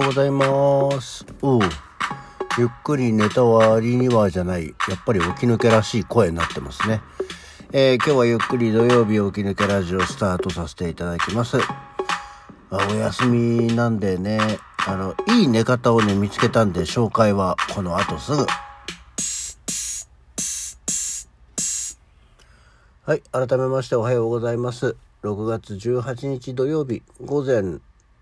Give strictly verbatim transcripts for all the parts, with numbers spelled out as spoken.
ございます。おう、ゆっくり寝た割にはじゃない、やっぱり起き抜けらしい声になってますね。えー、今日はゆっくり土曜日起き抜けラジオスタートさせていただきます。あ、お休みなんでね、あのいい寝方をね見つけたんで、紹介はこの後すぐ。はい、改めましておはようございます。ろくがつじゅうはちにち土曜日午前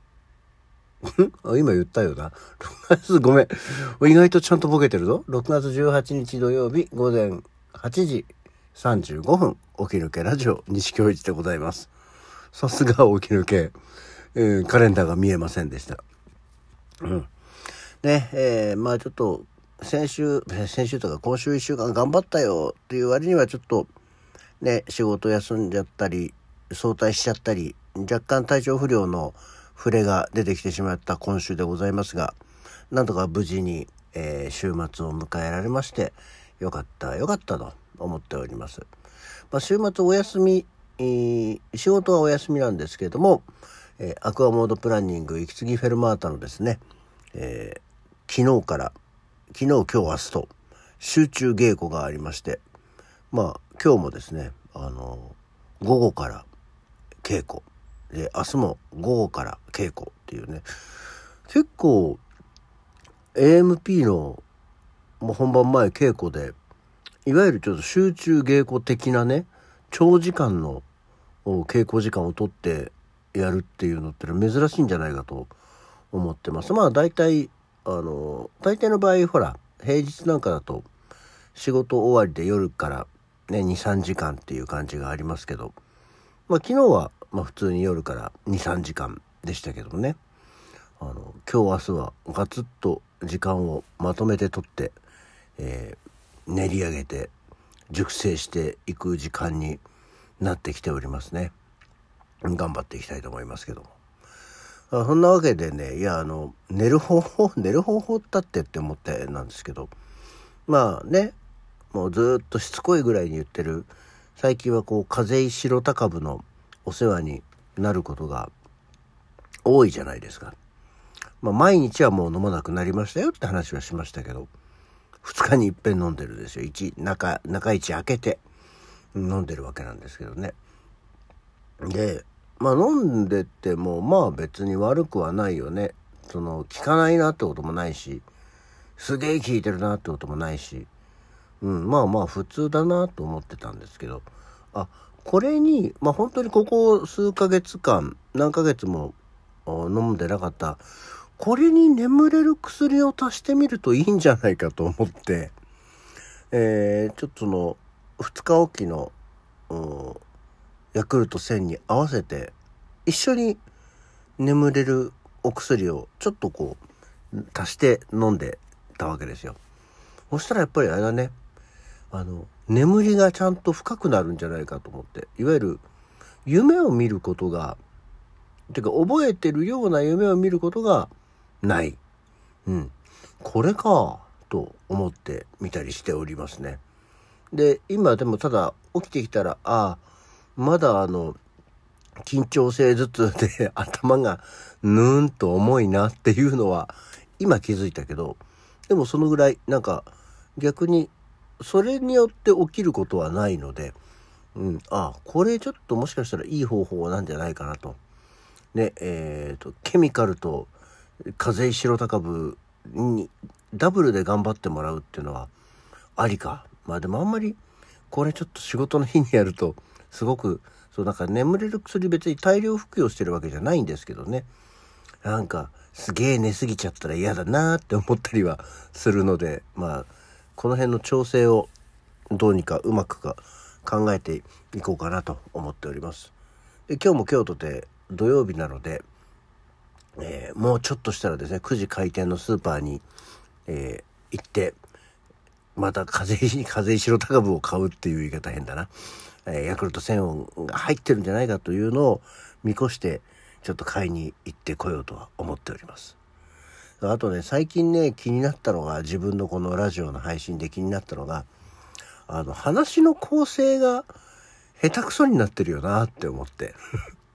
今言ったよな。ろくがつごめん。意外とちゃんとボケてるぞ。ろくがつじゅうはちにち土曜日午前はちじさんじゅうごふん、起き抜けラジオ西京一でございます。さすが起き抜け、えー、カレンダーが見えませんでした。うん。ね、えー、まあちょっと先週、先週とか今週いっしゅうかん頑張ったよっていう割にはちょっとね、仕事休んじゃったり、早退しちゃったり、若干体調不良の触れが出てきてしまった今週でございますが、なんとか無事に、えー、週末を迎えられまして、よかったよかったと思っております。まあ、週末お休み、えー、仕事はお休みなんですけれども、えー、アクアモードプランニング息継ぎフェルマータのですね、えー、昨日から昨日今日明日と集中稽古がありまして、まあ今日もですね、あの午後から稽古で、明日も午後から稽古っていうね、結構 エーエムピー の本番前稽古で、いわゆるちょっと集中稽古的なね、長時間の稽古時間を取ってやるっていうのって珍しいんじゃないかと思ってます。まあ大体あの大抵の場合、ほら平日なんかだと仕事終わりで夜からね にさんじかんっていう感じがありますけど、まあ昨日はまあ普通に夜から にさんじかんでしたけどもね、あの今日明日はガツッと時間をまとめて取って、えー、練り上げて熟成していく時間になってきておりますね。頑張っていきたいと思いますけども、あ、そんなわけでね、いやあの寝る方法寝る方法だってって思ってなんですけど、まあね、もうずっとしつこいぐらいに言ってる、最近はこう風邪白田株のお世話になることが多いじゃないですか。まあ毎日はもう飲まなくなりましたよって話はしましたけど、ふつかにいっぺん飲んでるですよ。一中中一開けて飲んでるわけなんですけどね。で、まあ飲んでてもまあ別に悪くはないよね。その効かないなってこともないし、すげえ効いてるなってこともないし、うん、まあまあ普通だなと思ってたんですけど、あ、これにまあ本当にここ数ヶ月間、何ヶ月も飲んでなかった、これに眠れる薬を足してみるといいんじゃないかと思って、えー、ちょっとのふつかおきの、うん、ヤクルトせんに合わせて一緒に眠れるお薬をちょっとこう足して飲んでたわけですよ。そしたらやっぱりあれだね、あの眠りがちゃんと深くなるんじゃないかと思って、いわゆる夢を見ることが、てか覚えてるような夢を見ることがない、うん、これかと思ってみたりしておりますね。で今でもただ起きてきたら、ああまだあの緊張性頭痛で頭がぬーんと重いなっていうのは今気づいたけど、でもそのぐらいなんか逆にそれによって起きることはないので、うん、あこれちょっともしかしたらいい方法なんじゃないかなとね、えーとケミカルと風邪白田株にダブルで頑張ってもらうっていうのはありか。まあでもあんまりこれちょっと仕事の日にやるとすごくそう、なんか眠れる薬別に大量服用してるわけじゃないんですけどね、なんかすげえ寝すぎちゃったら嫌だなって思ったりはするので、まあこの辺の調整をどうにかうまくか考えていこうかなと思っております。で今日も京都で土曜日なので、えー、もうちょっとしたらですねくじ開店のスーパーに、えー、行ってまた風邪風邪白田株を買うっていう言い方変だな、えー、ヤクルトせんが入ってるんじゃないかというのを見越してちょっと買いに行ってこようとは思っております。あとね、最近ね気になったのが、自分のこのラジオの配信で気になったのが、あの話の構成が下手くそになってるよなって思って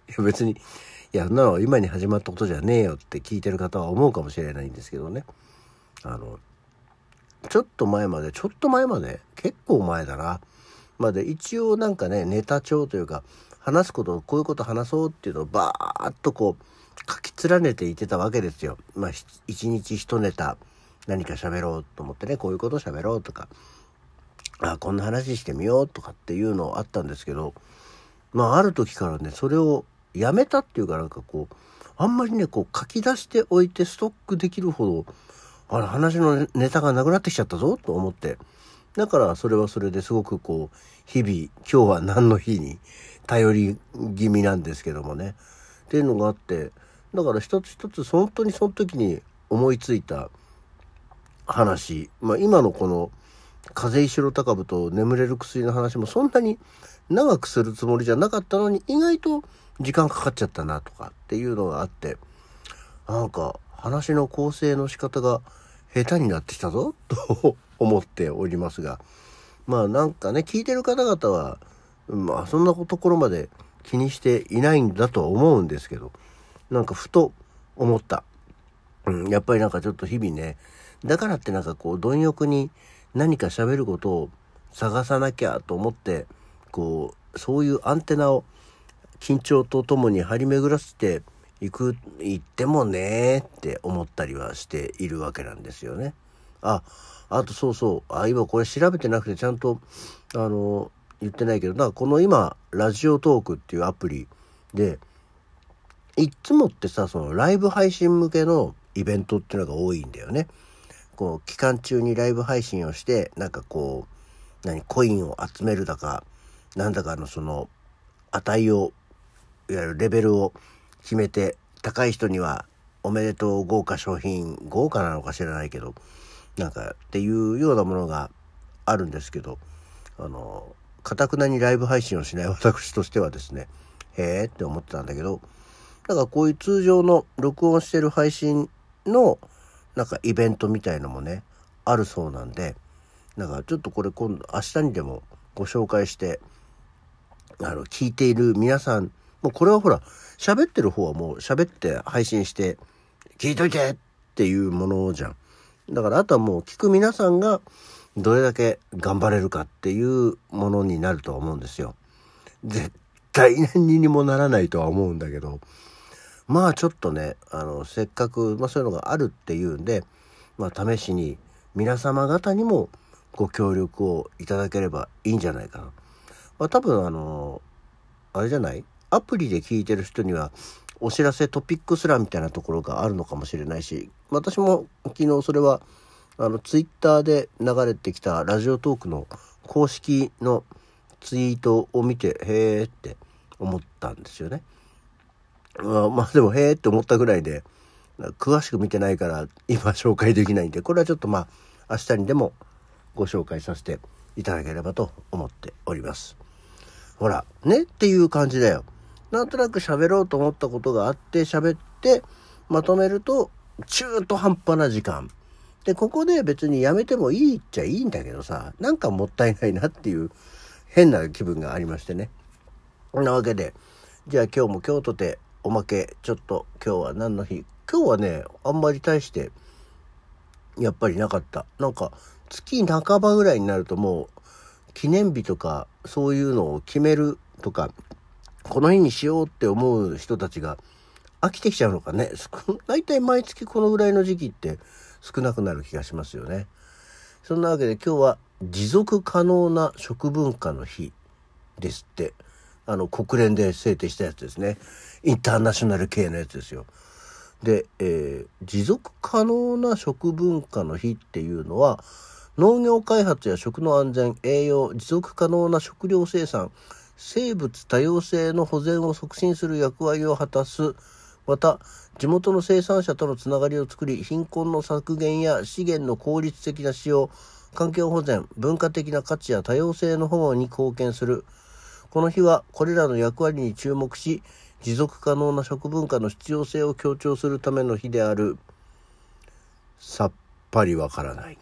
いや別に、いや、そんなの今に始まったことじゃねえよって聞いてる方は思うかもしれないんですけどね。あの、ちょっと前まで、ちょっと前まで、結構前だな。まで一応なんかね、ネタ帳というか、話すこと、こういうこと話そうっていうのをバーッとこう、書き連ねていってたわけですよ。まあ、一日一ネタ、何か喋ろうと思ってね、こういうこと喋ろうとか、あ、こんな話してみようとかっていうのあったんですけど、まあ、ある時からね、それをやめたっていうかなんかこう、あんまりね、こう書き出しておいてストックできるほど、あれ、話のネタがなくなってきちゃったぞと思って、だからそれはそれですごくこう、日々、今日は何の日に頼り気味なんですけどもね。っていうのがあって、だから一つ一つ本当にその時に思いついた話、まあ今のこの風邪石高部と眠れる薬の話もそんなに長くするつもりじゃなかったのに意外と時間かかっちゃったなとかっていうのがあって、なんか話の構成の仕方が下手になってきたぞと思っておりますが、まあなんかね、聞いてる方々はまあそんなところまで気にしていないんだとは思うんですけど、なんかふと思った、うん、やっぱりなんかちょっと日々ね、だからってなんかこう貪欲に何か喋ることを探さなきゃと思ってこうそういうアンテナを緊張とともに張り巡らせていく言ってもねって思ったりはしているわけなんですよね。あ、あとそうそう、あ、今これ調べてなくてちゃんとあの言ってないけど、だからこの今ラジオトークっていうアプリでいっつもってさ、そのライブ配信向けのイベントっていうのが多いんだよね。こう期間中にライブ配信をしてなんかこう何コインを集めるだかなんだかのその値をいわゆるレベルを決めて、高い人にはおめでとう豪華商品、豪華なのか知らないけどなんかっていうようなものがあるんですけど、あの堅くなにライブ配信をしない私としてはですね、へーって思ってたんだけど、なんかこういう通常の録音してる配信のなんかイベントみたいのもねあるそうなんで、なんかちょっとこれ今度明日にでもご紹介してあの聞いている皆さん、もうこれはほら喋ってる方はもう喋って配信して聞いといてっていうものじゃん。だからあとはもう聞く皆さんがどれだけ頑張れるかっていうものになるとは思うんですよ。絶対何にもならないとは思うんだけど、まあちょっとね、あのせっかく、まあ、そういうのがあるっていうんで、まあ試しに皆様方にもご協力をいただければいいんじゃないかな。まあ多分あのあれじゃない、アプリで聞いてる人にはお知らせトピックス欄みたいなところがあるのかもしれないし、私も昨日それはあのツイッターで流れてきたラジオトークの公式のツイートを見てへーって思ったんですよね。まあ、まあでもへーって思ったぐらいで詳しく見てないから今紹介できないんで、これはちょっとまあ明日にでもご紹介させていただければと思っております。ほらねっていう感じだよ。なんとなく喋ろうと思ったことがあって喋ってまとめると中途半端な時間で、ここで別にやめてもいいっちゃいいんだけどさ、なんかもったいないなっていう変な気分がありましてね。そんなわけで、じゃあ今日も今日とておまけ、ちょっと今日は何の日、今日はねあんまり大してやっぱりなかった。なんか月半ばぐらいになるともう記念日とかそういうのを決めるとか、この日にしようって思う人たちが飽きてきちゃうのかね。だいたい毎月このぐらいの時期って少なくなる気がしますよね。そんなわけで今日は持続可能な食文化の日ですって。あの国連で制定したやつですね。インターナショナル系のやつですよ。で、えー、持続可能な食文化の日っていうのは、農業開発や食の安全、栄養、持続可能な食料生産、生物多様性の保全を促進する役割を果たす。また、地元の生産者とのつながりを作り、貧困の削減や資源の効率的な使用、環境保全、文化的な価値や多様性の保護に貢献する。この日はこれらの役割に注目し、持続可能な食文化の必要性を強調するための日である。さっぱりわからない。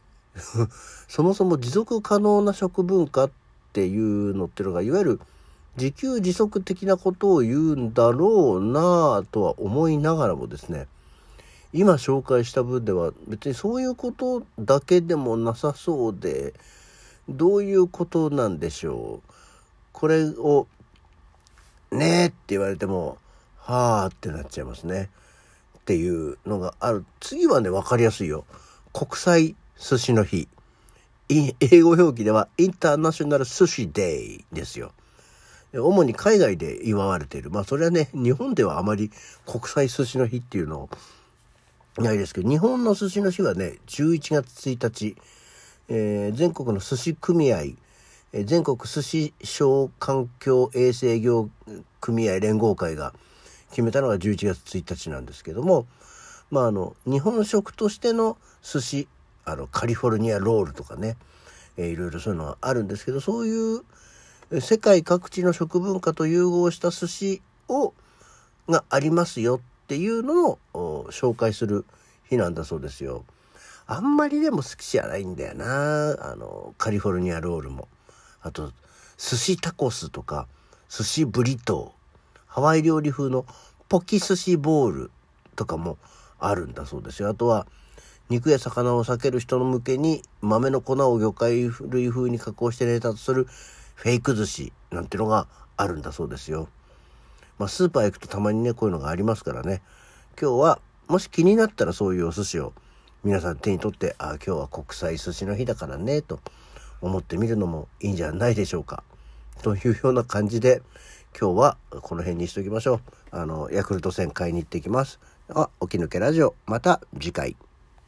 そもそも持続可能な食文化っていうのってのが、いわゆる自給自足的なことを言うんだろうなとは思いながらもですね、今紹介した分では別にそういうことだけでもなさそうで、どういうことなんでしょう。これをねーって言われてもはーってなっちゃいますねっていうのがある。次はね、分かりやすいよ。国際寿司の日。英語表記ではインターナショナル寿司デイですよ。主に海外で祝われている。まあそれはね、日本ではあまり国際寿司の日っていうのないですけど、日本の寿司の日はね、じゅういちがつついたち、えー、全国の寿司組合、えー、全国寿司小環境衛生業組合連合会が決めたのがじゅういちがつついたちなんですけども、まああの日本食としての寿司、あのカリフォルニアロールとかね、えー、いろいろそういうのがあるんですけど、そういう世界各地の食文化と融合した寿司をがありますよっていうのを紹介する日なんだそうですよ。あんまりでも好きじゃないんだよな、あのカリフォルニアロールも。あと寿司タコスとか寿司ブリトー、ハワイ料理風のポキ寿司ボールとかもあるんだそうですよ。あとは肉や魚を避ける人の向けに豆の粉を魚介類風に加工してネタとするフェイク寿司なんてのがあるんだそうですよ。まあスーパー行くとたまにね、こういうのがありますからね。今日はもし気になったらそういうお寿司を皆さん手に取って、あ、今日は国際寿司の日だからねと思ってみるのもいいんじゃないでしょうか。というような感じで今日はこの辺にしておきましょう。あのヤクルト戦買いに行ってきます。あ、起き抜けラジオ、また次回。